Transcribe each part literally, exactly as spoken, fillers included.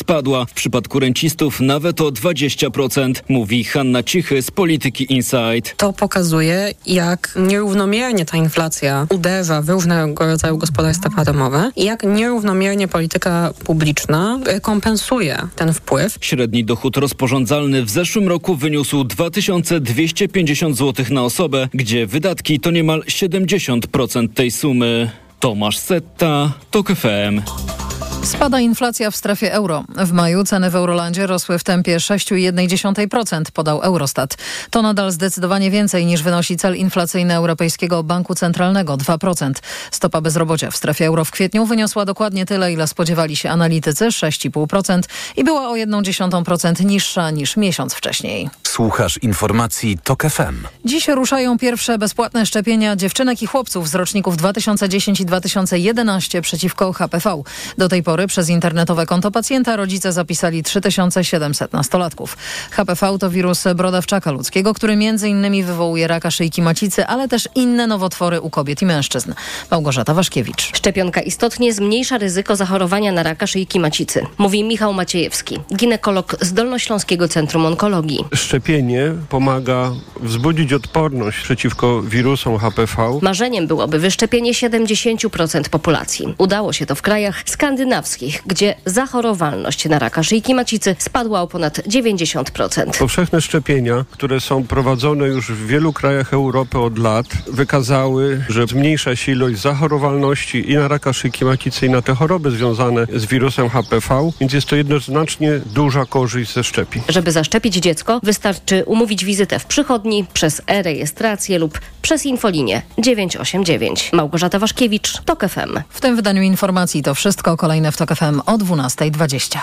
spadła. W przypadku rencistów nawet o dwadzieścia procent, mówi Hanna Cichy z Polityki Insight. To pokazuje, jak nierównomiernie ta inflacja uderza w różnego rodzaju gospodarstwa domowe i jak nierównomiernie polityka publiczna kompensuje ten wpływ. Średni dochód rozporządzalny w zeszłym roku wyniósł dwa tysiące dwieście pięćdziesiąt złotych na osobę, gdzie wydatki to niemal siedemdziesiąt procent tej sumy. Tomasz Setta, TOK F M. Spada inflacja w strefie euro. W maju ceny w Eurolandzie rosły w tempie sześć przecinek jeden procent, podał Eurostat. To nadal zdecydowanie więcej niż wynosi cel inflacyjny Europejskiego Banku Centralnego dwa procent. Stopa bezrobocia w strefie euro w kwietniu wyniosła dokładnie tyle, ile spodziewali się analitycy, sześć przecinek pięć procent i była o jeden przecinek jeden procent niższa niż miesiąc wcześniej. Słuchasz informacji TOK F M. Dziś ruszają pierwsze bezpłatne szczepienia dziewczynek i chłopców z roczników dwa tysiące dziesiąt i dwa tysiące jedenaście przeciwko H P V. Do tej pory przez internetowe konto pacjenta rodzice zapisali trzy tysiące siedemset nastolatków. H P V to wirus brodawczaka ludzkiego, który między innymi wywołuje raka szyjki macicy, ale też inne nowotwory u kobiet i mężczyzn. Małgorzata Waszkiewicz. Szczepionka istotnie zmniejsza ryzyko zachorowania na raka szyjki macicy, mówi Michał Maciejewski, ginekolog z Dolnośląskiego Centrum Onkologii. Szczepienie pomaga wzbudzić odporność przeciwko wirusom H P V. Marzeniem byłoby wyszczepienie siedemdziesiąt procent populacji. Udało się to w krajach skandynawskich, gdzie zachorowalność na raka szyjki macicy spadła o ponad dziewięćdziesiąt procent. Powszechne szczepienia, które są prowadzone już w wielu krajach Europy od lat, wykazały, że zmniejsza się ilość zachorowalności i na raka szyjki macicy, i na te choroby związane z wirusem H P V, więc jest to jednoznacznie duża korzyść ze szczepień. Żeby zaszczepić dziecko, wystarczy umówić wizytę w przychodni, przez e-rejestrację lub przez infolinię dziewięć osiem dziewięć. Małgorzata Waszkiewicz, TOK F M. W tym wydaniu informacji to wszystko. Kolejne w TOK F M o dwunasta dwadzieścia.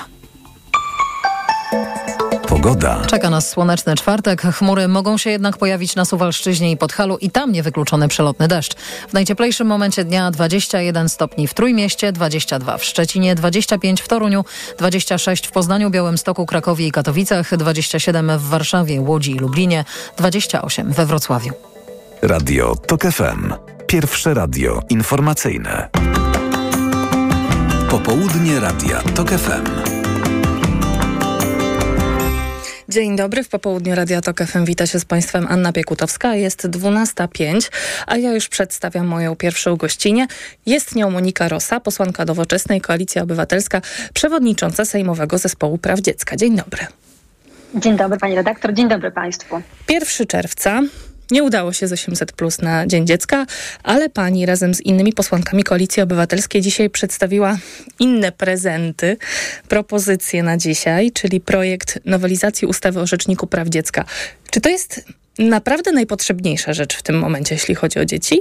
Pogoda. Czeka nas słoneczny czwartek. Chmury mogą się jednak pojawić na Suwalszczyźnie i Podhalu i tam niewykluczony przelotny deszcz. W najcieplejszym momencie dnia dwadzieścia jeden stopni w Trójmieście, dwadzieścia dwa w Szczecinie, dwadzieścia pięć w Toruniu, dwadzieścia sześć w Poznaniu, Białymstoku, Krakowie i Katowicach, dwadzieścia siedem w Warszawie, Łodzi i Lublinie, dwadzieścia osiem we Wrocławiu. Radio TOK F M. Pierwsze radio informacyjne. Popołudnie Radia TOK F M. Dzień dobry, w popołudniu Radia TOK F M wita się z Państwem Anna Piekutowska. Jest dwunasta pięć, a ja już przedstawiam moją pierwszą gościnię. Jest nią Monika Rosa, posłanka Nowoczesnej, Koalicja Obywatelska, przewodnicząca Sejmowego Zespołu Praw Dziecka. Dzień dobry. Dzień dobry pani redaktor, dzień dobry państwu. pierwszego czerwca. Nie udało się z osiemset plus na Dzień Dziecka, ale pani razem z innymi posłankami Koalicji Obywatelskiej dzisiaj przedstawiła inne prezenty, propozycje na dzisiaj, czyli projekt nowelizacji ustawy o Rzeczniku Praw Dziecka. Czy to jest naprawdę najpotrzebniejsza rzecz w tym momencie, jeśli chodzi o dzieci?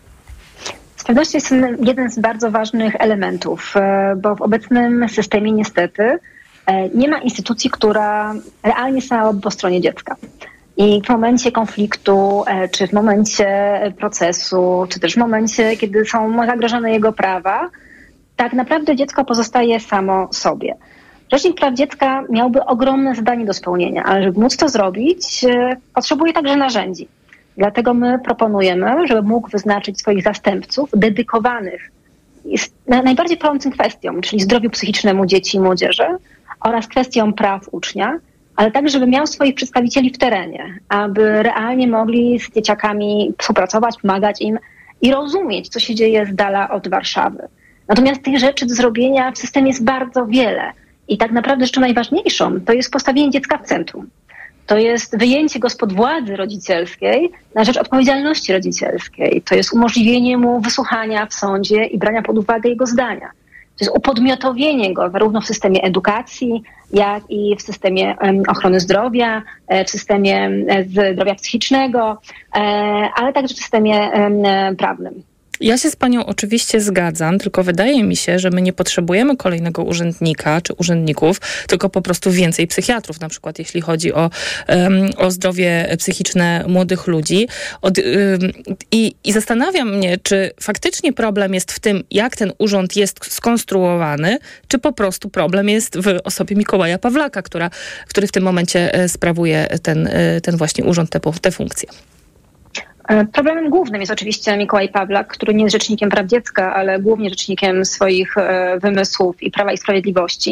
Z pewnością jest to jeden z bardzo ważnych elementów, bo w obecnym systemie niestety nie ma instytucji, która realnie stała po stronie dziecka. I w momencie konfliktu, czy w momencie procesu, czy też w momencie, kiedy są zagrożone jego prawa, tak naprawdę dziecko pozostaje samo sobie. Rzecznik Praw Dziecka miałby ogromne zadanie do spełnienia, ale żeby móc to zrobić, potrzebuje także narzędzi. Dlatego my proponujemy, żeby mógł wyznaczyć swoich zastępców dedykowanych najbardziej palącym kwestiom, czyli zdrowiu psychicznemu dzieci i młodzieży oraz kwestiom praw ucznia, ale tak, żeby miał swoich przedstawicieli w terenie, aby realnie mogli z dzieciakami współpracować, pomagać im i rozumieć, co się dzieje z dala od Warszawy. Natomiast tych rzeczy do zrobienia w systemie jest bardzo wiele i tak naprawdę jeszcze najważniejszą to jest postawienie dziecka w centrum. To jest wyjęcie go spod władzy rodzicielskiej na rzecz odpowiedzialności rodzicielskiej. To jest umożliwienie mu wysłuchania w sądzie i brania pod uwagę jego zdania. To jest upodmiotowienie go zarówno w systemie edukacji, jak i w systemie um, ochrony zdrowia, w systemie zdrowia psychicznego, ale także w systemie um, prawnym. Ja się z panią oczywiście zgadzam, tylko wydaje mi się, że my nie potrzebujemy kolejnego urzędnika czy urzędników, tylko po prostu więcej psychiatrów, na przykład jeśli chodzi o, um, o zdrowie psychiczne młodych ludzi. Od, um, i, I zastanawiam mnie, czy faktycznie problem jest w tym, jak ten urząd jest skonstruowany, czy po prostu problem jest w osobie Mikołaja Pawlaka, która, który w tym momencie sprawuje ten, ten właśnie urząd, te, te funkcje. Problemem głównym jest oczywiście Mikołaj Pawlak, który nie jest rzecznikiem praw dziecka, ale głównie rzecznikiem swoich wymysłów i Prawa i Sprawiedliwości.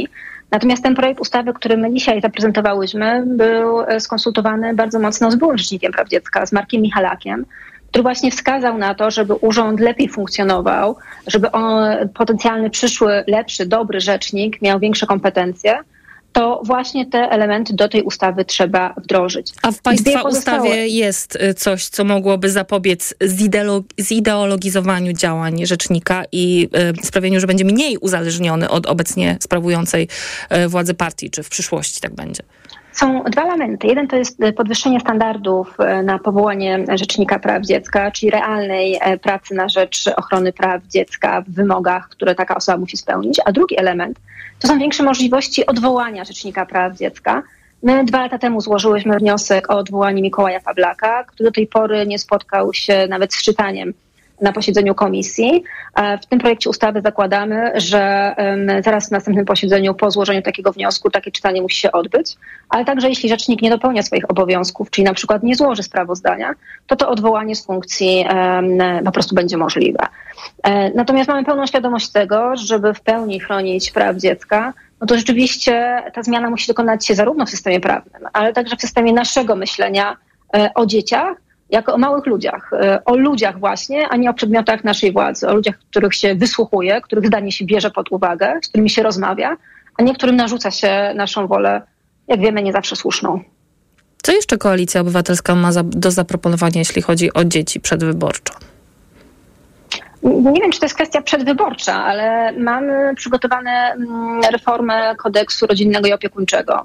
Natomiast ten projekt ustawy, który my dzisiaj zaprezentowałyśmy, był skonsultowany bardzo mocno z byłym rzecznikiem praw dziecka, z Markiem Michalakiem, który właśnie wskazał na to, żeby urząd lepiej funkcjonował, żeby on, potencjalny przyszły, lepszy, dobry rzecznik miał większe kompetencje, to właśnie te elementy do tej ustawy trzeba wdrożyć. A w Państwa ustawie jest coś, co mogłoby zapobiec zideolo- zideologizowaniu działań rzecznika i y, sprawieniu, że będzie mniej uzależniony od obecnie sprawującej y, władzy partii, czy w przyszłości tak będzie? Są dwa elementy. Jeden to jest podwyższenie standardów na powołanie Rzecznika Praw Dziecka, czyli realnej pracy na rzecz ochrony praw dziecka w wymogach, które taka osoba musi spełnić. A drugi element to są większe możliwości odwołania Rzecznika Praw Dziecka. My dwa lata temu złożyłyśmy wniosek o odwołanie Mikołaja Pawlaka, który do tej pory nie spotkał się nawet z czytaniem na posiedzeniu komisji. W tym projekcie ustawy zakładamy, że zaraz w następnym posiedzeniu po złożeniu takiego wniosku takie czytanie musi się odbyć, ale także jeśli rzecznik nie dopełnia swoich obowiązków, czyli na przykład nie złoży sprawozdania, to to odwołanie z funkcji po prostu będzie możliwe. Natomiast mamy pełną świadomość tego, żeby w pełni chronić praw dziecka, no to rzeczywiście ta zmiana musi dokonać się zarówno w systemie prawnym, ale także w systemie naszego myślenia o dzieciach, jako o małych ludziach, o ludziach właśnie, a nie o przedmiotach naszej władzy, o ludziach, których się wysłuchuje, których zdanie się bierze pod uwagę, z którymi się rozmawia, a nie którym narzuca się naszą wolę, jak wiemy, nie zawsze słuszną. Co jeszcze Koalicja Obywatelska ma za, do zaproponowania, jeśli chodzi o dzieci przedwyborczo? Nie wiem, czy to jest kwestia przedwyborcza, ale mamy przygotowane reformę kodeksu rodzinnego i opiekuńczego,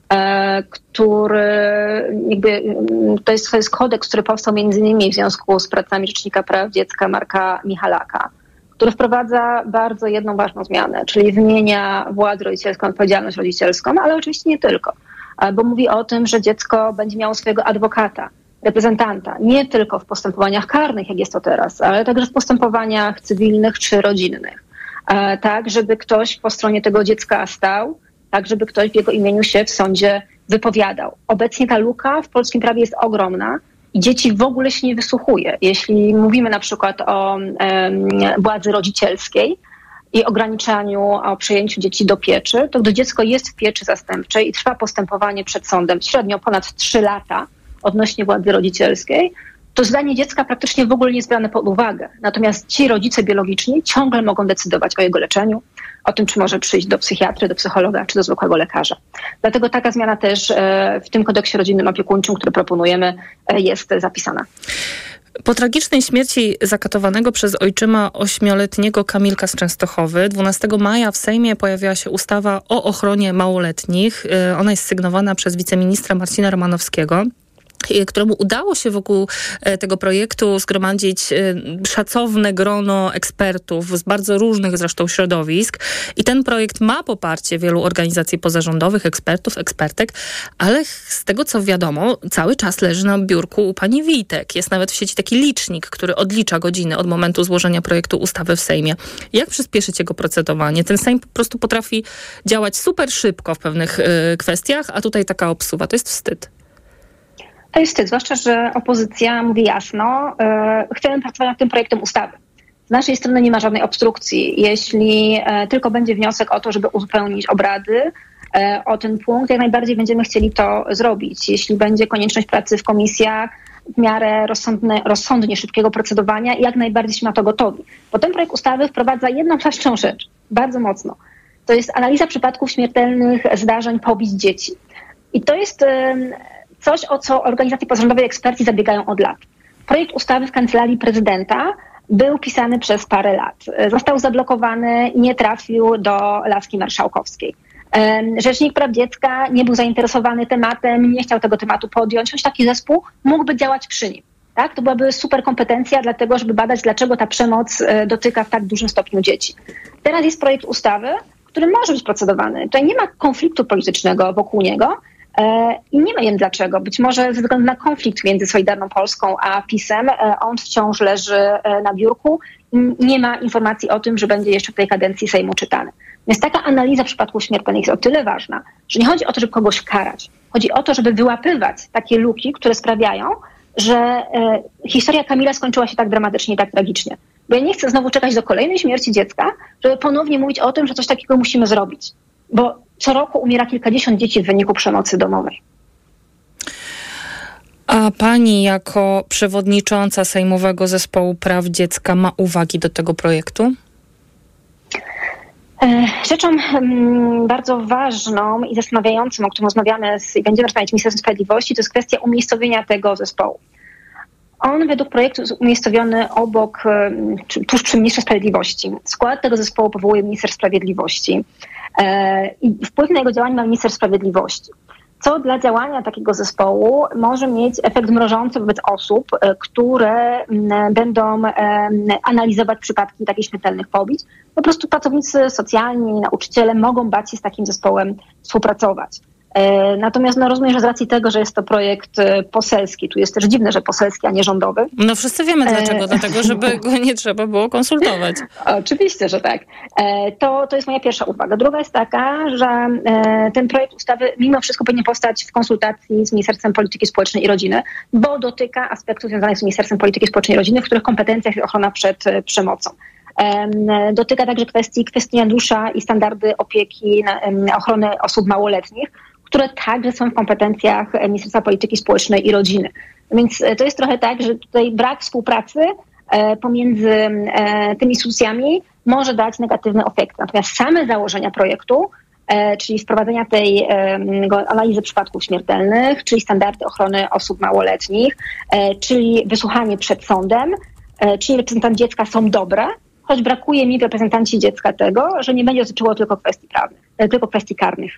który jakby, to jest, to jest kodeks, który powstał między innymi w związku z pracami Rzecznika Praw Dziecka Marka Michalaka, który wprowadza bardzo jedną ważną zmianę, czyli wymienia władzę rodzicielską, odpowiedzialność rodzicielską, ale oczywiście nie tylko, bo mówi o tym, że dziecko będzie miało swojego adwokata, reprezentanta, nie tylko w postępowaniach karnych, jak jest to teraz, ale także w postępowaniach cywilnych czy rodzinnych, tak, żeby ktoś po stronie tego dziecka stał, tak, żeby ktoś w jego imieniu się w sądzie wypowiadał. Obecnie ta luka w polskim prawie jest ogromna i dzieci w ogóle się nie wysłuchuje. Jeśli mówimy na przykład o um, władzy rodzicielskiej i ograniczaniu, o przejęciu dzieci do pieczy, to gdy dziecko jest w pieczy zastępczej i trwa postępowanie przed sądem średnio ponad trzy lata odnośnie władzy rodzicielskiej, to zdanie dziecka praktycznie w ogóle nie jest brane pod uwagę. Natomiast ci rodzice biologiczni ciągle mogą decydować o jego leczeniu, o tym, czy może przyjść do psychiatry, do psychologa, czy do zwykłego lekarza. Dlatego taka zmiana też w tym kodeksie rodzinnym opiekuńczym, który proponujemy, jest zapisana. Po tragicznej śmierci zakatowanego przez ojczyma ośmioletniego Kamilka z Częstochowy dwunastego maja w Sejmie pojawiła się ustawa o ochronie małoletnich. Ona jest sygnowana przez wiceministra Marcina Romanowskiego, któremu udało się wokół tego projektu zgromadzić szacowne grono ekspertów z bardzo różnych zresztą środowisk. I ten projekt ma poparcie wielu organizacji pozarządowych, ekspertów, ekspertek, ale z tego co wiadomo, cały czas leży na biurku u pani Witek. Jest nawet w sieci taki licznik, który odlicza godziny od momentu złożenia projektu ustawy w Sejmie. Jak przyspieszyć jego procedowanie? Ten Sejm po prostu potrafi działać super szybko w pewnych y, kwestiach, a tutaj taka obsuwa. To jest wstyd. To jest wstyd, zwłaszcza, że opozycja mówi jasno, yy, chcemy pracować nad tym projektem ustawy. Z naszej strony nie ma żadnej obstrukcji. Jeśli yy, tylko będzie wniosek o to, żeby uzupełnić obrady yy, o ten punkt, jak najbardziej będziemy chcieli to zrobić. Jeśli będzie konieczność pracy w komisjach, w miarę rozsądne, rozsądnie szybkiego procedowania, jak najbardziej jesteśmy na to gotowi. Bo ten projekt ustawy wprowadza jedną ważną rzecz, bardzo mocno. To jest analiza przypadków śmiertelnych zdarzeń pobić dzieci. I to jest... Yy, Coś, o co organizacje pozarządowe i eksperci zabiegają od lat. Projekt ustawy w Kancelarii Prezydenta był pisany przez parę lat. Został zablokowany i nie trafił do laski marszałkowskiej. Rzecznik Praw Dziecka nie był zainteresowany tematem, nie chciał tego tematu podjąć, choć taki zespół mógłby działać przy nim. Tak? To byłaby super kompetencja dlatego, żeby badać, dlaczego ta przemoc dotyka w tak dużym stopniu dzieci. Teraz jest projekt ustawy, który może być procedowany. Tutaj nie ma konfliktu politycznego wokół niego, i nie wiem dlaczego. Być może ze względu na konflikt między Solidarną Polską a PiS-em on wciąż leży na biurku i nie ma informacji o tym, że będzie jeszcze w tej kadencji Sejmu czytany. Więc taka analiza przypadków śmiertelnych jest o tyle ważna, że nie chodzi o to, żeby kogoś karać. Chodzi o to, żeby wyłapywać takie luki, które sprawiają, że e, historia Kamila skończyła się tak dramatycznie i tak tragicznie. Bo ja nie chcę znowu czekać do kolejnej śmierci dziecka, żeby ponownie mówić o tym, że coś takiego musimy zrobić. Bo co roku umiera kilkadziesiąt dzieci w wyniku przemocy domowej. A pani jako przewodnicząca Sejmowego Zespołu Praw Dziecka ma uwagi do tego projektu? Rzeczą bardzo ważną i zastanawiającą, o którą rozmawiamy z, i będziemy rozmawiać z Ministerstwem Sprawiedliwości, to jest kwestia umiejscowienia tego zespołu. On według projektu jest umiejscowiony obok, czy, tuż przy Ministrze Sprawiedliwości. Skład tego zespołu powołuje Minister Sprawiedliwości i wpływ na jego działanie ma Minister Sprawiedliwości. Co dla działania takiego zespołu może mieć efekt mrożący wobec osób, które będą analizować przypadki takich śmiertelnych pobić. Po prostu pracownicy socjalni, nauczyciele mogą bać się z takim zespołem współpracować. Natomiast no, rozumiem, że z racji tego, że jest to projekt poselski, tu jest też dziwne, że poselski, a nie rządowy. No wszyscy wiemy dlaczego, e... dlatego żeby go nie trzeba było konsultować. Oczywiście, że tak. To, to jest moja pierwsza uwaga. Druga jest taka, że ten projekt ustawy mimo wszystko powinien powstać w konsultacji z Ministerstwem Polityki Społecznej i Rodziny, bo dotyka aspektów związanych z Ministerstwem Polityki Społecznej i Rodziny, w których kompetencjach jest ochrona przed przemocą. Dotyka także kwestii kwestionariusza i standardy opieki, ochrony osób małoletnich, które także są w kompetencjach Ministerstwa Polityki Społecznej i Rodziny. Więc to jest trochę tak, że tutaj brak współpracy pomiędzy tymi instytucjami może dać negatywne efekty. Natomiast same założenia projektu, czyli wprowadzenia tej analizy przypadków śmiertelnych, czyli standardy ochrony osób małoletnich, czyli wysłuchanie przed sądem, czyli reprezentant dziecka są dobre, choć brakuje mi w reprezentancie dziecka tego, że nie będzie dotyczyło tylko kwestii prawnych, tylko kwestii karnych.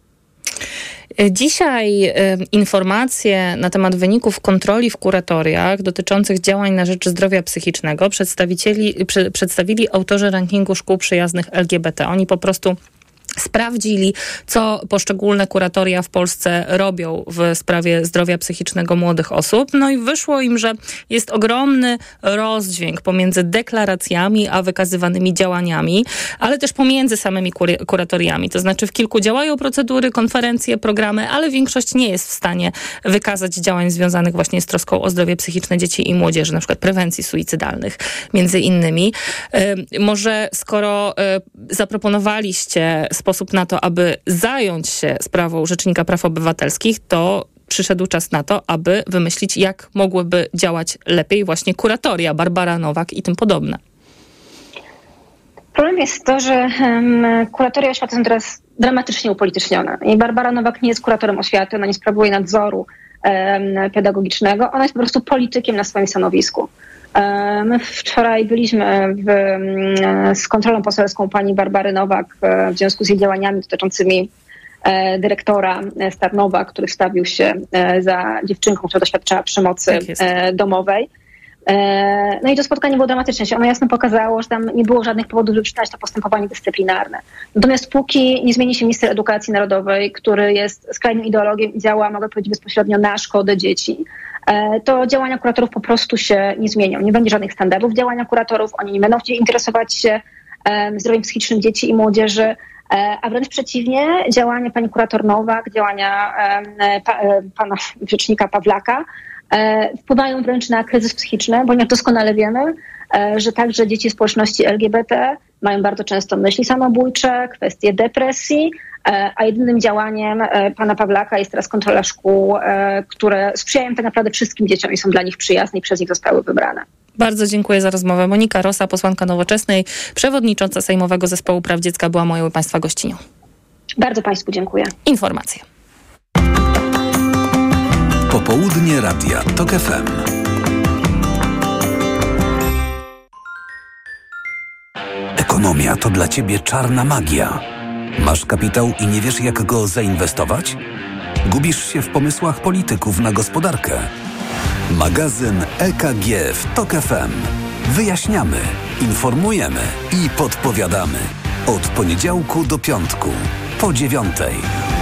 Dzisiaj y, informacje na temat wyników kontroli w kuratoriach dotyczących działań na rzecz zdrowia psychicznego przedstawicieli, przy, przedstawili autorzy rankingu szkół przyjaznych L G B T. Oni po prostu sprawdzili, co poszczególne kuratoria w Polsce robią w sprawie zdrowia psychicznego młodych osób. No i wyszło im, że jest ogromny rozdźwięk pomiędzy deklaracjami a wykazywanymi działaniami, ale też pomiędzy samymi kur- kuratoriami. To znaczy w kilku działają procedury, konferencje, programy, ale większość nie jest w stanie wykazać działań związanych właśnie z troską o zdrowie psychiczne dzieci i młodzieży, na przykład prewencji suicydalnych, między innymi. Yy, może skoro yy, zaproponowaliście sposób na to, aby zająć się sprawą Rzecznika Praw Obywatelskich, to przyszedł czas na to, aby wymyślić, jak mogłyby działać lepiej właśnie kuratoria, Barbara Nowak i tym podobne. Problem jest to, że um, kuratoria oświaty są teraz dramatycznie upolitycznione. I Barbara Nowak nie jest kuratorem oświaty, ona nie sprawuje nadzoru um, pedagogicznego, ona jest po prostu politykiem na swoim stanowisku. My wczoraj byliśmy w, z kontrolą poselską pani Barbary Nowak w związku z jej działaniami dotyczącymi dyrektora z Tarnowa, który wstawił się za dziewczynką, która doświadczała przemocy tak domowej. No i to spotkanie było dramatyczne. Ono jasno pokazało, że tam nie było żadnych powodów, żeby wszczynać to postępowanie dyscyplinarne. Natomiast póki nie zmieni się minister edukacji narodowej, który jest skrajnym ideologiem i działa, mogę powiedzieć, bezpośrednio na szkodę dzieci, to działania kuratorów po prostu się nie zmienią. Nie będzie żadnych standardów działania kuratorów, oni nie będą chcieli interesować się zdrowiem psychicznym dzieci i młodzieży, a wręcz przeciwnie, działania pani kurator Nowak, działania pana rzecznika Pawlaka wpływają wręcz na kryzys psychiczny, ponieważ doskonale wiemy, że także dzieci społeczności L G B T mają bardzo często myśli samobójcze, kwestie depresji, a jedynym działaniem pana Pawlaka jest teraz kontrola szkół, które sprzyjają tak naprawdę wszystkim dzieciom i są dla nich przyjazne i przez nich zostały wybrane. Bardzo dziękuję za rozmowę. Monika Rosa, posłanka Nowoczesnej, przewodnicząca Sejmowego Zespołu Praw Dziecka, była moją i państwa gościnią. Bardzo państwu dziękuję. Informacje. Popołudnie Radia TOK F M. Ekonomia to dla Ciebie czarna magia. Masz kapitał i nie wiesz, jak go zainwestować? Gubisz się w pomysłach polityków na gospodarkę? Magazyn E K G w TOK F M. Wyjaśniamy, informujemy i podpowiadamy. Od poniedziałku do piątku, po dziewiątej.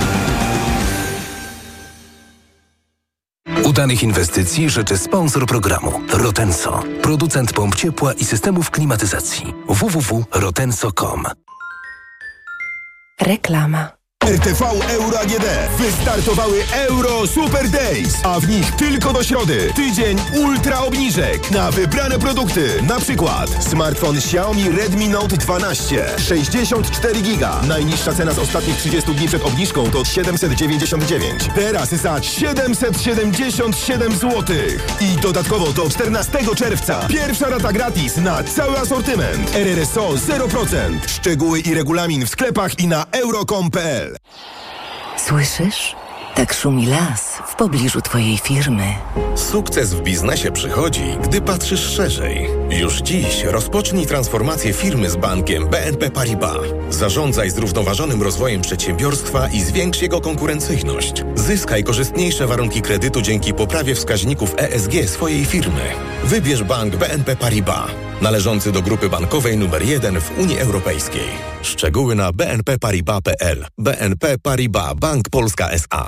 Udanych inwestycji życzy sponsor programu Rotenso, producent pomp ciepła i systemów klimatyzacji. w w w kropka rotenso kropka com. Reklama. R T V Euro A G D. Wystartowały Euro Super Days, a w nich tylko do środy tydzień ultra obniżek na wybrane produkty. Na przykład smartfon Xiaomi Redmi Note dwanaście, sześćdziesiąt cztery giga. Najniższa cena z ostatnich trzydziestu dni przed obniżką to siedemset dziewięćdziesiąt dziewięć. Teraz za siedemset siedemdziesiąt siedem złotych. I dodatkowo do czternastego czerwca pierwsza rata gratis na cały asortyment. R R S O zero procent. Szczegóły i regulamin w sklepach i na euro kropka com kropka p l. Słyszysz? Tak szumi las w pobliżu twojej firmy. Sukces w biznesie przychodzi, gdy patrzysz szerzej. Już dziś rozpocznij transformację firmy z bankiem B N P Paribas. Zarządzaj zrównoważonym rozwojem przedsiębiorstwa i zwiększ jego konkurencyjność. Zyskaj korzystniejsze warunki kredytu dzięki poprawie wskaźników E S G swojej firmy. Wybierz bank B N P Paribas, należący do grupy bankowej numer jeden w Unii Europejskiej. Szczegóły na b n p paribas kropka p l. B N P Paribas Bank Polska S A.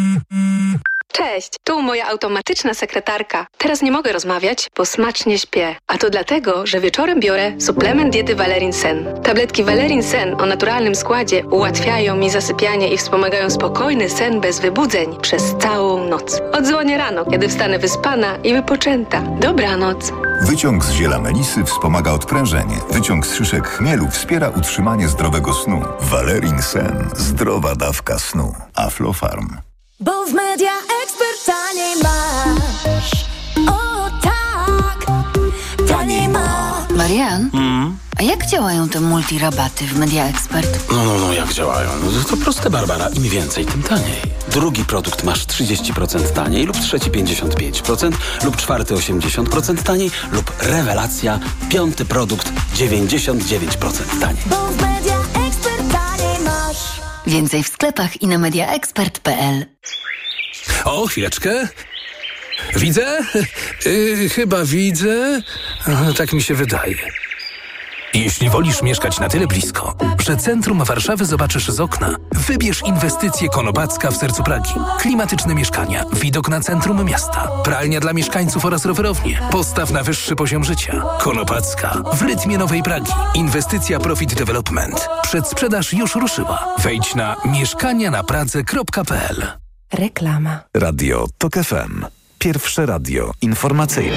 Cześć, tu moja automatyczna sekretarka. Teraz nie mogę rozmawiać, bo smacznie śpię. A to dlatego, że wieczorem biorę suplement diety Valerin Sen. Tabletki Valerin Sen o naturalnym składzie ułatwiają mi zasypianie i wspomagają spokojny sen bez wybudzeń przez całą noc. Odzwonię rano, kiedy wstanę wyspana i wypoczęta. Dobranoc. Wyciąg z ziela melisy wspomaga odprężenie. Wyciąg z szyszek chmielu wspiera utrzymanie zdrowego snu. Valerin Sen. Zdrowa dawka snu. Aflofarm. Bo w Media Expert taniej masz. O tak, taniej masz. Marian, mm? a jak działają te multirabaty w Media Expert? No, no, no, jak działają? No, to proste, Barbara. Im więcej, tym taniej. Drugi produkt masz trzydzieści procent taniej, lub trzeci pięćdziesiąt pięć procent, lub czwarty osiemdziesiąt procent taniej, lub rewelacja, piąty produkt dziewięćdziesiąt dziewięć procent taniej. Bo w Media Expert taniej masz. Więcej w sklepach i na media expert kropka p l. O, chwileczkę. Widzę? Yy, chyba widzę. Aha, tak mi się wydaje. Jeśli wolisz mieszkać na tyle blisko, że centrum Warszawy zobaczysz z okna, wybierz inwestycję Konopacka w sercu Pragi. Klimatyczne mieszkania, widok na centrum miasta, pralnia dla mieszkańców oraz rowerownie. Postaw na wyższy poziom życia. Konopacka w rytmie Nowej Pragi. Inwestycja Profit Development. Przedsprzedaż już ruszyła. Wejdź na mieszkania na pradze kropka p l. Reklama. Radio TOK F M. Pierwsze radio informacyjne.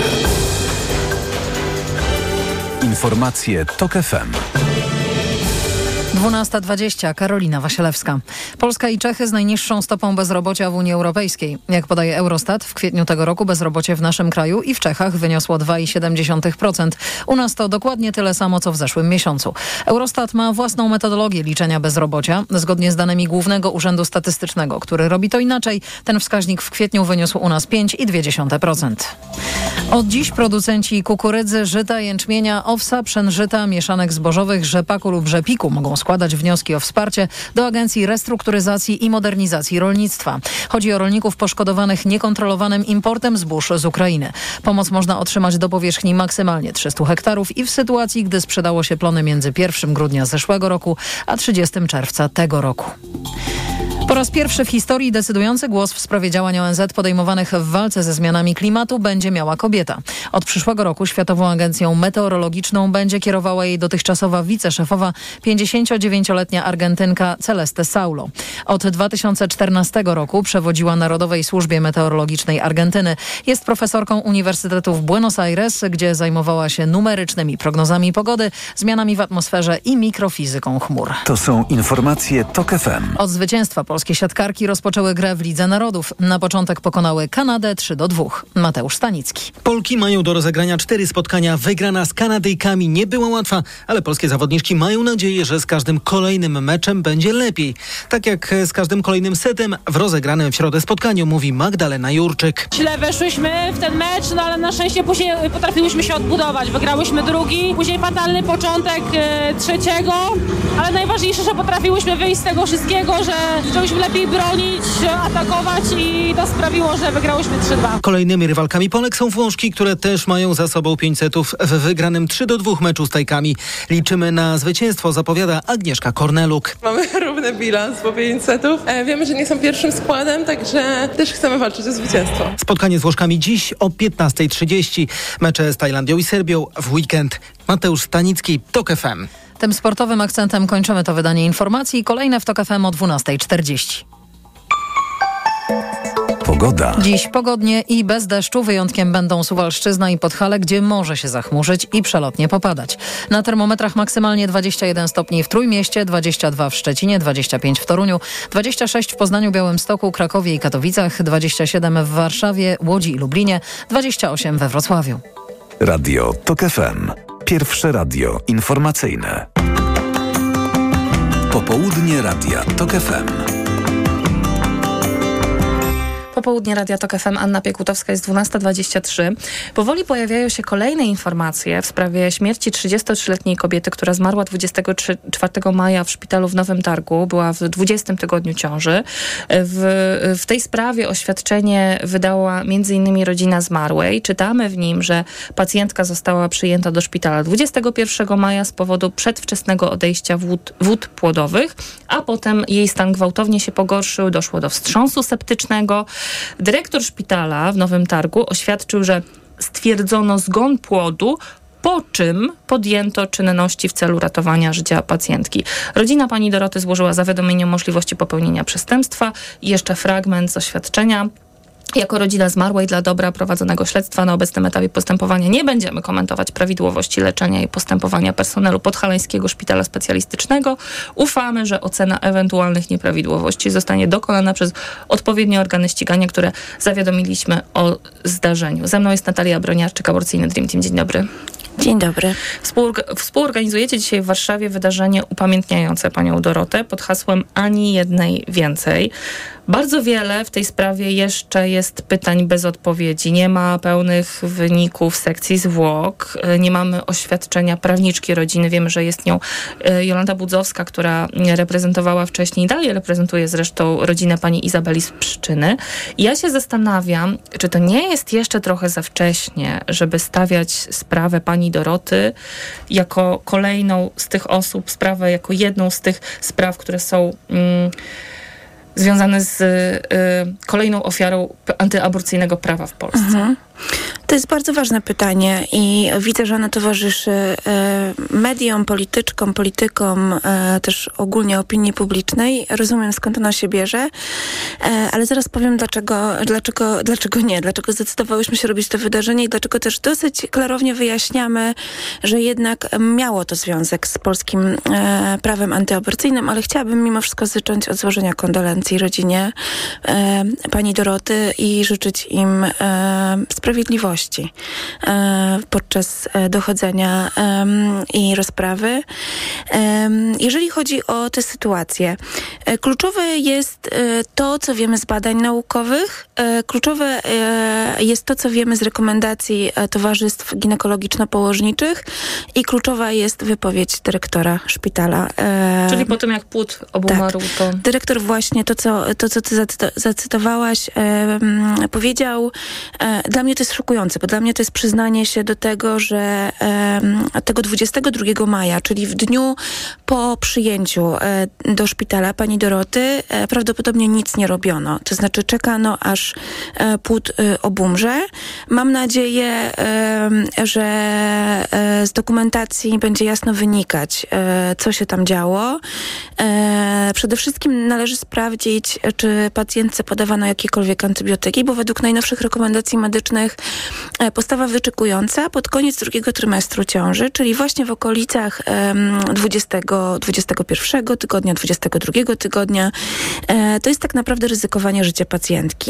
Informacje TOK F M. dwunasta dwadzieścia. Karolina Wasielewska. Polska i Czechy z najniższą stopą bezrobocia w Unii Europejskiej. Jak podaje Eurostat, w kwietniu tego roku bezrobocie w naszym kraju i w Czechach wyniosło dwa i siedem dziesiątych procent. U nas to dokładnie tyle samo, co w zeszłym miesiącu. Eurostat ma własną metodologię liczenia bezrobocia. Zgodnie z danymi Głównego Urzędu Statystycznego, który robi to inaczej, ten wskaźnik w kwietniu wyniósł u nas pięć i dwie dziesiąte procent. Od dziś producenci kukurydzy, żyta, jęczmienia, owsa, pszen żyta, mieszanek zbożowych, rzepaku lub rzepiku mogą składać wnioski o wsparcie do Agencji Restrukturyzacji i Modernizacji Rolnictwa. Chodzi o rolników poszkodowanych niekontrolowanym importem zbóż z Ukrainy. Pomoc można otrzymać do powierzchni maksymalnie trzystu hektarów i w sytuacji, gdy sprzedało się plony między pierwszego grudnia zeszłego roku a trzydziestego czerwca tego roku. Po raz pierwszy w historii decydujący głos w sprawie działań O N Z podejmowanych w walce ze zmianami klimatu będzie miała kobieta. Od przyszłego roku Światową Agencją Meteorologiczną będzie kierowała jej dotychczasowa wiceszefowa, pięćdziesięciodziewięcioletnia Argentynka Celeste Saulo. Od dwa tysiące czternastego roku przewodziła Narodowej Służbie Meteorologicznej Argentyny. Jest profesorką Uniwersytetu w Buenos Aires, gdzie zajmowała się numerycznymi prognozami pogody, zmianami w atmosferze i mikrofizyką chmur. To są informacje TOK F M. Od zwycięstwa polskie siatkarki rozpoczęły grę w Lidze Narodów. Na początek pokonały Kanadę trzy do dwóch. Mateusz Stanicki. Polki mają do rozegrania cztery spotkania. Wygrana z Kanadyjkami nie była łatwa, ale polskie zawodniczki mają nadzieję, że z każdym kolejnym meczem będzie lepiej. Tak jak z każdym kolejnym setem w rozegranym w środę spotkaniu, mówi Magdalena Jurczyk. Źle weszłyśmy w ten mecz, no ale na szczęście później potrafiłyśmy się odbudować. Wygrałyśmy drugi, później fatalny początek e, trzeciego, ale najważniejsze, że potrafiłyśmy wyjść z tego wszystkiego, że zaczęłyśmy lepiej bronić, atakować i to sprawiło, że wygrałyśmy trzy dwa. Kolejnymi rywalkami Polek są Włoszki, które też mają za sobą pięć setów w wygranym trzy do dwóch meczu z Tajkami. Liczymy na zwycięstwo, zapowiada Agnieszka Korneluk. Mamy równy bilans po pięć setów. E, wiemy, że nie są pierwszym składem, także też chcemy walczyć o zwycięstwo. Spotkanie z Włoszkami dziś o piętnasta trzydzieści. Mecze z Tajlandią i Serbią w weekend. Mateusz Stanicki, TOK F M. Tym sportowym akcentem kończymy to wydanie informacji. Kolejne w TOK F M o dwunasta czterdzieści. Pogoda. Dziś pogodnie i bez deszczu. Wyjątkiem będą Suwalszczyzna i Podhale, gdzie może się zachmurzyć i przelotnie popadać. Na termometrach maksymalnie dwadzieścia jeden stopni w Trójmieście, dwadzieścia dwa w Szczecinie, dwadzieścia pięć w Toruniu, dwadzieścia sześć w Poznaniu, Białymstoku, Krakowie i Katowicach, dwadzieścia siedem w Warszawie, Łodzi i Lublinie, dwadzieścia osiem we Wrocławiu. Radio TOK F M. Pierwsze radio informacyjne. Popołudnie Radia TOK F M. Popołudnie Radia TOK F M, Anna Piekutowska, jest dwunasta dwadzieścia trzy. Powoli pojawiają się kolejne informacje w sprawie śmierci trzydziestotrzyletniej kobiety, która zmarła dwudziestego czwartego maja w szpitalu w Nowym Targu. Była w dwudziestym tygodniu ciąży. W, w tej sprawie oświadczenie wydała między innymi rodzina zmarłej. Czytamy w nim, że pacjentka została przyjęta do szpitala dwudziestego pierwszego maja z powodu przedwczesnego odejścia wód, wód płodowych, a potem jej stan gwałtownie się pogorszył, doszło do wstrząsu septycznego. Dyrektor szpitala w Nowym Targu oświadczył, że stwierdzono zgon płodu, po czym podjęto czynności w celu ratowania życia pacjentki. Rodzina pani Doroty złożyła zawiadomienie o możliwości popełnienia przestępstwa i jeszcze fragment z oświadczenia. Jako rodzina zmarłej dla dobra prowadzonego śledztwa na obecnym etapie postępowania nie będziemy komentować prawidłowości leczenia i postępowania personelu Podhalańskiego Szpitala Specjalistycznego. Ufamy, że ocena ewentualnych nieprawidłowości zostanie dokonana przez odpowiednie organy ścigania, które zawiadomiliśmy o zdarzeniu. Ze mną jest Natalia Broniarczyk, Aborcyjny Dream Team. Dzień dobry. Dzień dobry. Współorg- współorganizujecie dzisiaj w Warszawie wydarzenie upamiętniające panią Dorotę pod hasłem Ani jednej więcej. Bardzo wiele w tej sprawie jeszcze jest pytań bez odpowiedzi. Nie ma pełnych wyników sekcji zwłok. Nie mamy oświadczenia prawniczki rodziny. Wiemy, że jest nią Jolanta Budzowska, która reprezentowała wcześniej i dalej reprezentuje zresztą rodzinę pani Izabeli z Pszczyny. I ja się zastanawiam, czy to nie jest jeszcze trochę za wcześnie, żeby stawiać sprawę pani Doroty jako kolejną z tych osób, sprawę jako jedną z tych spraw, które są mm, związane z y, kolejną ofiarą antyaborcyjnego prawa w Polsce. Mhm. To jest bardzo ważne pytanie i widzę, że ono towarzyszy e, mediom, polityczkom, politykom, e, też ogólnie opinii publicznej. Rozumiem, skąd ono się bierze, e, ale zaraz powiem, dlaczego, dlaczego, dlaczego nie, dlaczego zdecydowałyśmy się robić to wydarzenie i dlaczego też dosyć klarownie wyjaśniamy, że jednak miało to związek z polskim e, prawem antyaborcyjnym, ale chciałabym mimo wszystko zacząć od złożenia kondolencji rodzinie e, pani Doroty i życzyć im e, sprawiedliwości e, podczas e, dochodzenia e, i rozprawy. E, jeżeli chodzi o tę sytuację, e, kluczowe jest e, to, co wiemy z badań naukowych, e, kluczowe e, jest to, co wiemy z rekomendacji e, towarzystw ginekologiczno-położniczych i kluczowa jest wypowiedź dyrektora szpitala. E, Czyli po tym, jak płód obumarł, tak. to... Dyrektor właśnie to, co, to, co ty zacyto- zacytowałaś, e, powiedział, e, dla mnie to jest szokujące, bo dla mnie to jest przyznanie się do tego, że e, tego dwudziestego drugiego maja, czyli w dniu po przyjęciu e, do szpitala pani Doroty, e, prawdopodobnie nic nie robiono. To znaczy czekano, aż e, płód e, obumrze. Mam nadzieję, e, że e, z dokumentacji będzie jasno wynikać, e, co się tam działo. E, przede wszystkim należy sprawdzić, czy pacjentce podawano jakiekolwiek antybiotyki, bo według najnowszych rekomendacji medycznych postawa wyczekująca pod koniec drugiego trymestru ciąży, czyli właśnie w okolicach dwudziestego, dwudziestego pierwszego tygodnia, dwudziestego drugiego tygodnia, to jest tak naprawdę ryzykowanie życia pacjentki.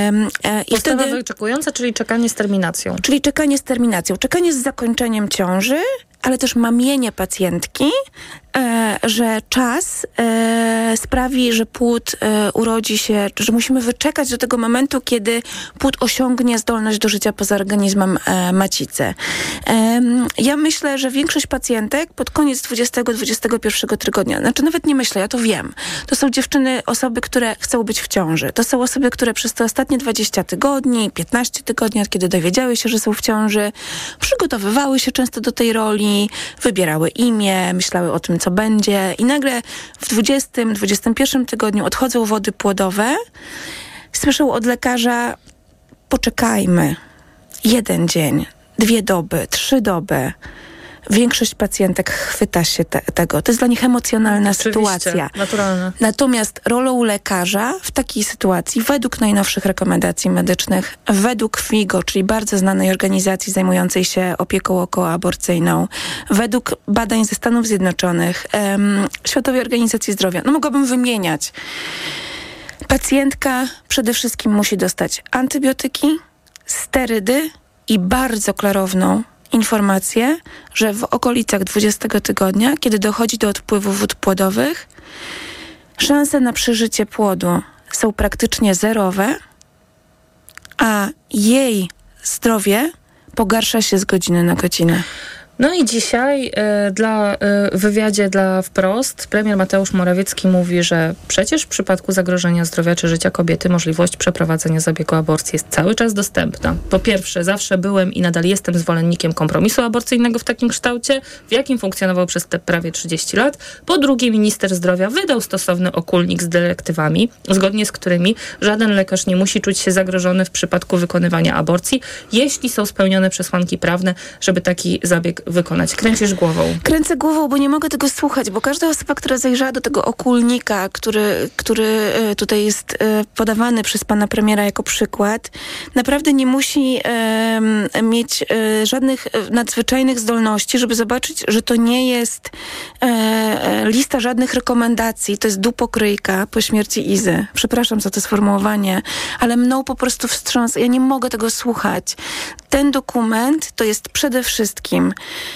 I postawa wtedy, wyczekująca, czyli czekanie z terminacją. Czyli czekanie z terminacją, czekanie z zakończeniem ciąży, ale też mamienie pacjentki, e, że czas e, sprawi, że płód e, urodzi się, że musimy wyczekać do tego momentu, kiedy płód osiągnie zdolność do życia poza organizmem e, macicy. E, ja myślę, że większość pacjentek pod koniec dwudziestego do dwudziestego pierwszego tygodnia, znaczy nawet nie myślę, ja to wiem, to są dziewczyny, osoby, które chcą być w ciąży. To są osoby, które przez te ostatnie dwadzieścia tygodni, piętnaście tygodni, od kiedy dowiedziały się, że są w ciąży, przygotowywały się często do tej roli, wybierały imię, myślały o tym, co będzie i nagle w dwudziestym, dwudziestym pierwszym tygodniu odchodzą wody płodowe, słyszą od lekarza: poczekajmy jeden dzień, dwie doby, trzy doby, większość pacjentek chwyta się te, tego. To jest dla nich emocjonalna Oczywiście, sytuacja. naturalne. Natomiast rolą lekarza w takiej sytuacji, według najnowszych rekomendacji medycznych, według F I G O, czyli bardzo znanej organizacji zajmującej się opieką okołoaborcyjną, według badań ze Stanów Zjednoczonych, um, Światowej Organizacji Zdrowia, no mogłabym wymieniać. Pacjentka przede wszystkim musi dostać antybiotyki, sterydy i bardzo klarowną informację, że w okolicach dwudziestego tygodnia, kiedy dochodzi do odpływu wód płodowych, szanse na przeżycie płodu są praktycznie zerowe, a jej zdrowie pogarsza się z godziny na godzinę. No i dzisiaj y, dla, y, w wywiadzie dla Wprost premier Mateusz Morawiecki mówi, że przecież w przypadku zagrożenia zdrowia czy życia kobiety możliwość przeprowadzenia zabiegu aborcji jest cały czas dostępna. Po pierwsze, zawsze byłem i nadal jestem zwolennikiem kompromisu aborcyjnego w takim kształcie, w jakim funkcjonował przez te prawie trzydzieści lat. Po drugie, minister zdrowia wydał stosowny okulnik z dyrektywami, zgodnie z którymi żaden lekarz nie musi czuć się zagrożony w przypadku wykonywania aborcji, jeśli są spełnione przesłanki prawne, żeby taki zabieg wykonać. Kręcisz głową. Kręcę głową, bo nie mogę tego słuchać, bo każda osoba, która zajrzała do tego okulnika, który, który tutaj jest podawany przez pana premiera jako przykład, naprawdę nie musi e, mieć e, żadnych nadzwyczajnych zdolności, żeby zobaczyć, że to nie jest e, lista żadnych rekomendacji, to jest dupokryjka po śmierci Izy. Przepraszam za to sformułowanie, ale mną po prostu wstrząsa. Ja nie mogę tego słuchać. Ten dokument to jest przede wszystkim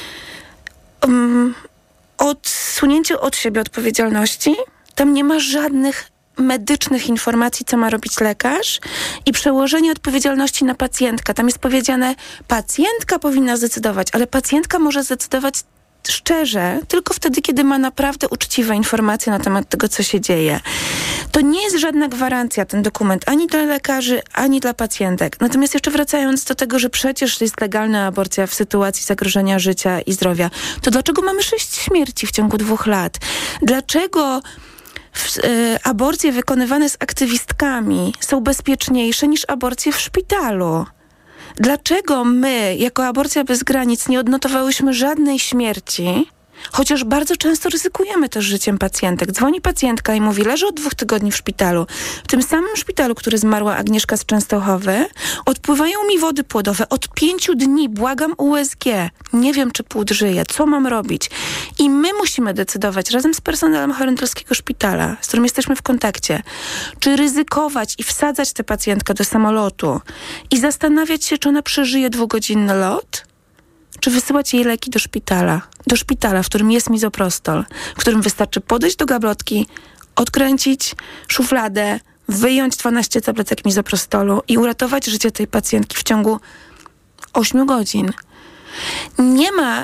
Um, odsunięcie od siebie odpowiedzialności. Tam nie ma żadnych medycznych informacji, co ma robić lekarz i przełożenie odpowiedzialności na pacjentkę. Tam jest powiedziane, pacjentka powinna zdecydować, ale pacjentka może zdecydować szczerze, tylko wtedy, kiedy ma naprawdę uczciwe informacje na temat tego, co się dzieje. To nie jest żadna gwarancja, ten dokument, ani dla lekarzy, ani dla pacjentek. Natomiast jeszcze wracając do tego, że przecież jest legalna aborcja w sytuacji zagrożenia życia i zdrowia, to dlaczego mamy sześć śmierci w ciągu dwóch lat? Dlaczego w, y, aborcje wykonywane z aktywistkami są bezpieczniejsze niż aborcje w szpitalu? Dlaczego my, jako Aborcja Bez Granic, nie odnotowałyśmy żadnej śmierci, chociaż bardzo często ryzykujemy też życiem pacjentek? Dzwoni pacjentka i mówi, leży od dwóch tygodni w szpitalu. W tym samym szpitalu, który zmarła Agnieszka z Częstochowy, odpływają mi wody płodowe. Od pięciu dni błagam U S G. Nie wiem, czy płód żyje. Co mam robić? I my musimy decydować razem z personelem Chorągielskiego Szpitala, z którym jesteśmy w kontakcie, czy ryzykować i wsadzać tę pacjentkę do samolotu i zastanawiać się, czy ona przeżyje dwugodzinny lot, czy wysyłać jej leki do szpitala. Do szpitala, w którym jest mizoprostol, w którym wystarczy podejść do gablotki, odkręcić szufladę, wyjąć dwanaście tabletek mizoprostolu i uratować życie tej pacjentki w ciągu ośmiu godzin. Nie ma...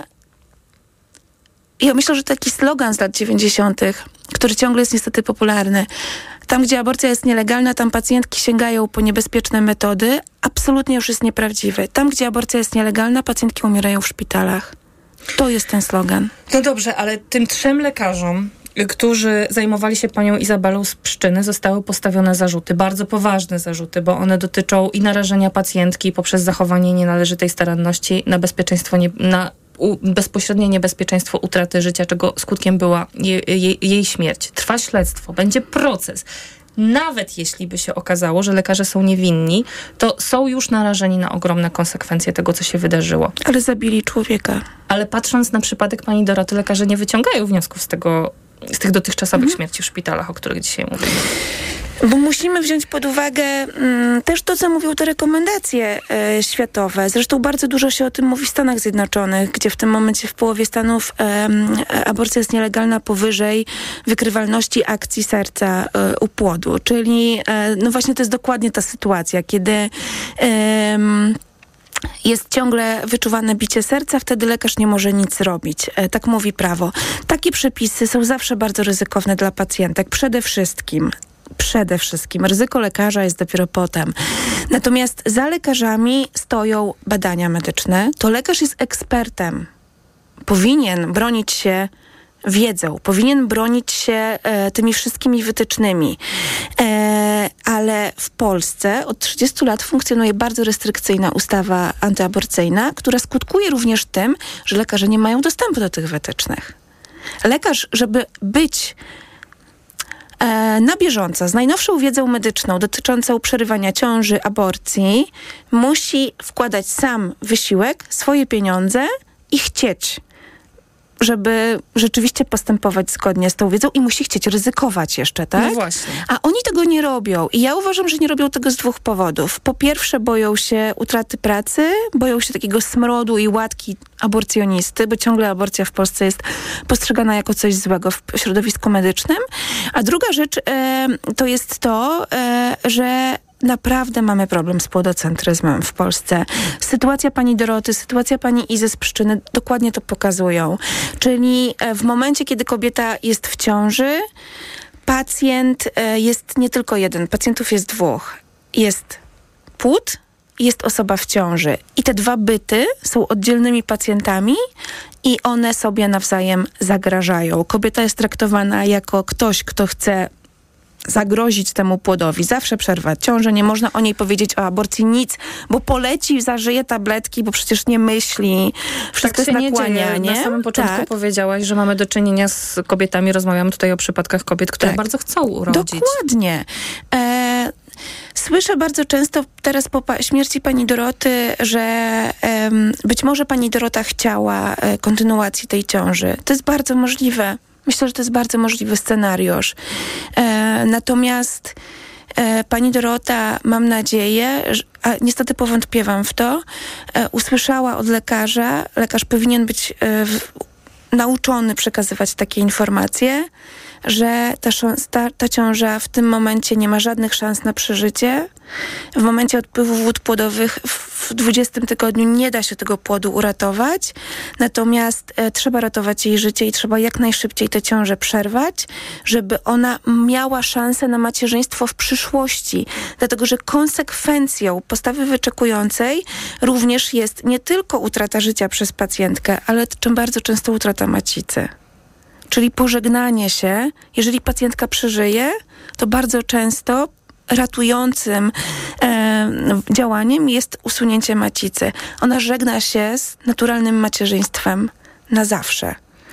Ja myślę, że taki slogan z lat dziewięćdziesiątych, który ciągle jest niestety popularny, tam, gdzie aborcja jest nielegalna, tam pacjentki sięgają po niebezpieczne metody, absolutnie już jest nieprawdziwy. Tam, gdzie aborcja jest nielegalna, pacjentki umierają w szpitalach. To jest ten slogan. No dobrze, ale tym trzem lekarzom, którzy zajmowali się panią Izabelą z Pszczyny, zostały postawione zarzuty, bardzo poważne zarzuty, bo one dotyczą i narażenia pacjentki poprzez zachowanie nienależytej staranności na bezpieczeństwo, nie, na u, bezpośrednie niebezpieczeństwo utraty życia, czego skutkiem była je, je, jej śmierć. Trwa śledztwo, będzie proces. Nawet jeśli by się okazało, że lekarze są niewinni, to są już narażeni na ogromne konsekwencje tego, co się wydarzyło. Ale zabili człowieka. Ale patrząc na przypadek pani Doroty, lekarze nie wyciągają wniosków z tego, z tych dotychczasowych mhm. śmierci w szpitalach, o których dzisiaj mówimy. Bo musimy wziąć pod uwagę mm, też to, co mówią te rekomendacje e, światowe. Zresztą bardzo dużo się o tym mówi w Stanach Zjednoczonych, gdzie w tym momencie w połowie Stanów e, aborcja jest nielegalna powyżej wykrywalności akcji serca e, u płodu. Czyli e, no właśnie to jest dokładnie ta sytuacja, kiedy e, jest ciągle wyczuwane bicie serca, wtedy lekarz nie może nic zrobić. E, tak mówi prawo. Takie przepisy są zawsze bardzo ryzykowne dla pacjentek. Przede wszystkim Przede wszystkim. Ryzyko lekarza jest dopiero potem. Natomiast za lekarzami stoją badania medyczne. To lekarz jest ekspertem. Powinien bronić się wiedzą, powinien bronić się e, tymi wszystkimi wytycznymi. E, a ale w Polsce od trzydziestu lat funkcjonuje bardzo restrykcyjna ustawa antyaborcyjna, która skutkuje również tym, że lekarze nie mają dostępu do tych wytycznych. Lekarz, żeby być e, na bieżąco z najnowszą wiedzą medyczną dotyczącą przerywania ciąży, aborcji, musi wkładać sam wysiłek, swoje pieniądze i chcieć, żeby rzeczywiście postępować zgodnie z tą wiedzą i musi chcieć ryzykować jeszcze, tak? No właśnie. A oni tego nie robią. I ja uważam, że nie robią tego z dwóch powodów. Po pierwsze, boją się utraty pracy, boją się takiego smrodu i łatki aborcjonisty, bo ciągle aborcja w Polsce jest postrzegana jako coś złego w środowisku medycznym. A druga rzecz e, to jest to, e, że naprawdę mamy problem z płodocentryzmem w Polsce. Sytuacja pani Doroty, sytuacja pani Izy z Pszczyny dokładnie to pokazują. Czyli w momencie, kiedy kobieta jest w ciąży, pacjent jest nie tylko jeden, pacjentów jest dwóch. Jest płód i jest osoba w ciąży. I te dwa byty są oddzielnymi pacjentami i one sobie nawzajem zagrażają. Kobieta jest traktowana jako ktoś, kto chce zagrozić temu płodowi, zawsze przerwać ciążę, nie można o niej powiedzieć o aborcji nic, bo poleci, zażyje tabletki, bo przecież nie myśli, wszystko tak jest nakłanianie. Na samym początku tak. powiedziałaś, że mamy do czynienia z kobietami, rozmawiamy tutaj o przypadkach kobiet, które tak. bardzo chcą urodzić. Dokładnie. E, słyszę bardzo często teraz po pa- śmierci pani Doroty, że e, być może pani Dorota chciała e, kontynuacji tej ciąży. To jest bardzo możliwe. Myślę, że to jest bardzo możliwy scenariusz. E, natomiast e, pani Dorota, mam nadzieję, że, a niestety powątpiewam w to, e, usłyszała od lekarza, lekarz powinien być e, w, nauczony przekazywać takie informacje, że ta, ta, ta ciąża w tym momencie nie ma żadnych szans na przeżycie. W momencie odpływu wód płodowych w dwudziestym tygodniu nie da się tego płodu uratować, natomiast e, trzeba ratować jej życie i trzeba jak najszybciej tę ciążę przerwać, żeby ona miała szansę na macierzyństwo w przyszłości. Dlatego, że konsekwencją postawy wyczekującej również jest nie tylko utrata życia przez pacjentkę, ale czym bardzo często utrata macicy. Czyli pożegnanie się. Jeżeli pacjentka przeżyje, to bardzo często ratującym e, działaniem jest usunięcie macicy. Ona żegna się z naturalnym macierzyństwem na zawsze.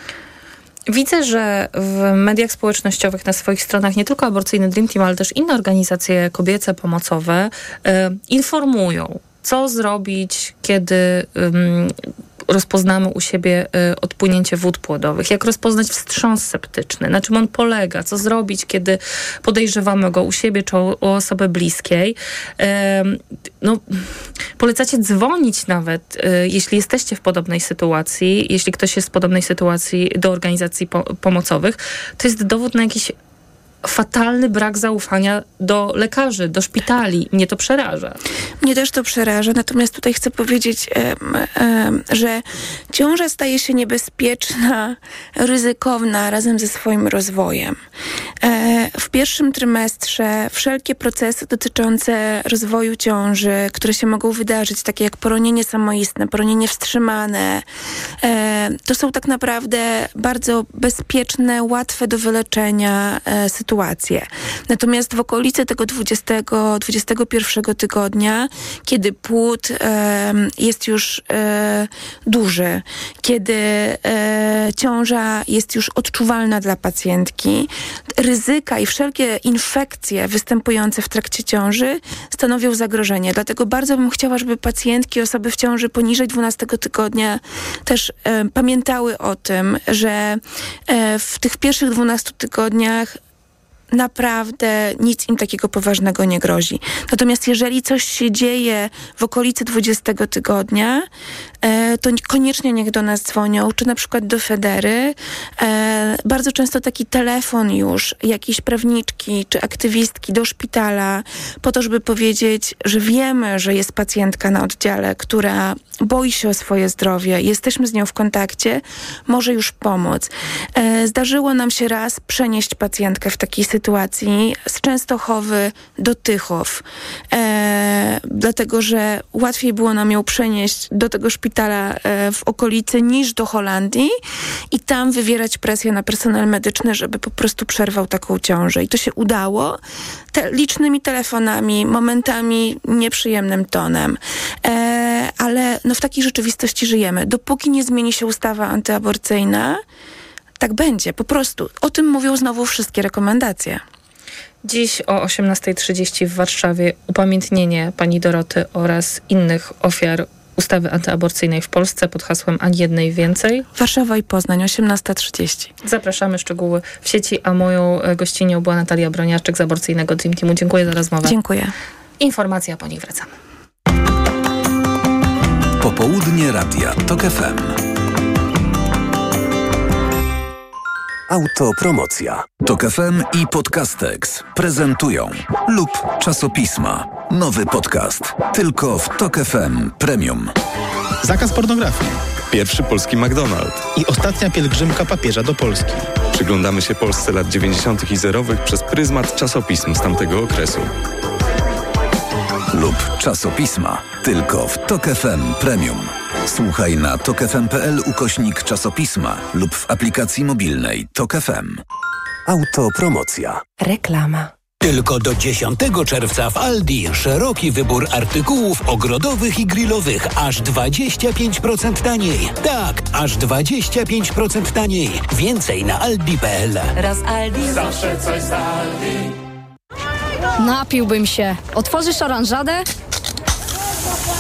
Widzę, że w mediach społecznościowych, na swoich stronach, nie tylko Aborcyjny Dream Team, ale też inne organizacje kobiece, pomocowe e, informują, co zrobić, kiedy um, rozpoznamy u siebie y, odpłynięcie wód płodowych, jak rozpoznać wstrząs septyczny, na czym on polega, co zrobić, kiedy podejrzewamy go u siebie czy u, u osoby bliskiej. Y, no, polecacie dzwonić nawet, y, jeśli jesteście w podobnej sytuacji, jeśli ktoś jest w podobnej sytuacji do organizacji po- pomocowych, to jest dowód na jakiś fatalny brak zaufania do lekarzy, do szpitali. Mnie to przeraża. Mnie też to przeraża, natomiast tutaj chcę powiedzieć, um, um, że ciąża staje się niebezpieczna, ryzykowna razem ze swoim rozwojem. E, w pierwszym trymestrze wszelkie procesy dotyczące rozwoju ciąży, które się mogą wydarzyć, takie jak poronienie samoistne, poronienie wstrzymane, e, to są tak naprawdę bardzo bezpieczne, łatwe do wyleczenia e, sytuacje. Natomiast w okolicy tego dwudziestego, dwudziestego pierwszego tygodnia, kiedy płód e, jest już e, duży, kiedy e, ciąża jest już odczuwalna dla pacjentki, ryzyka i wszelkie infekcje występujące w trakcie ciąży stanowią zagrożenie. Dlatego bardzo bym chciała, żeby pacjentki, osoby w ciąży poniżej dwunastego tygodnia też e, pamiętały o tym, że e, w tych pierwszych dwunastu tygodniach naprawdę nic im takiego poważnego nie grozi. Natomiast jeżeli coś się dzieje w okolicy dwudziestego tygodnia, e, to koniecznie niech do nas dzwonią, czy na przykład do Federy. E, bardzo często taki telefon już, jakiejś prawniczki, czy aktywistki do szpitala, po to, żeby powiedzieć, że wiemy, że jest pacjentka na oddziale, która boi się o swoje zdrowie, jesteśmy z nią w kontakcie, może już pomóc. E, zdarzyło nam się raz przenieść pacjentkę w takiej sytuacji, sytuacji z Częstochowy do Tychów, e, dlatego że łatwiej było nam ją przenieść do tego szpitala e, w okolicy niż do Holandii i tam wywierać presję na personel medyczny, żeby po prostu przerwał taką ciążę. I to się udało te, licznymi telefonami, momentami nieprzyjemnym tonem. E, ale no w takiej rzeczywistości żyjemy. Dopóki nie zmieni się ustawa antyaborcyjna, tak będzie, po prostu. O tym mówią znowu wszystkie rekomendacje. Dziś o osiemnasta trzydzieści w Warszawie upamiętnienie pani Doroty oraz innych ofiar ustawy antyaborcyjnej w Polsce pod hasłem Ani jednej więcej. Warszawa i Poznań, osiemnasta trzydzieści. Zapraszamy, szczegóły w sieci, a moją gościnią była Natalia Broniarczyk z Aborcyjnego Dream Teamu. Dziękuję za rozmowę. Dziękuję. Informacja, po niej wracamy. Popołudnie Radia TOK F M. Autopromocja. TOK F M i Podcastex prezentują lub czasopisma. Nowy podcast. Tylko w TOK F M Premium. Zakaz pornografii. Pierwszy polski McDonald's. I ostatnia pielgrzymka papieża do Polski. Przyglądamy się Polsce lat dziewięćdziesiątych i zerowych przez pryzmat czasopism z tamtego okresu. Lub czasopisma. Tylko w TOK F M Premium. Słuchaj na tokfm.pl ukośnik czasopisma lub w aplikacji mobilnej TOK F M. Autopromocja. Reklama. Tylko do dziesiątego czerwca w Aldi szeroki wybór artykułów ogrodowych i grillowych. Aż dwadzieścia pięć procent taniej. Tak, aż dwadzieścia pięć procent taniej. Więcej na aldi kropka p l. Raz Aldi. Zawsze coś z Aldi. Napiłbym się. Otworzysz oranżadę?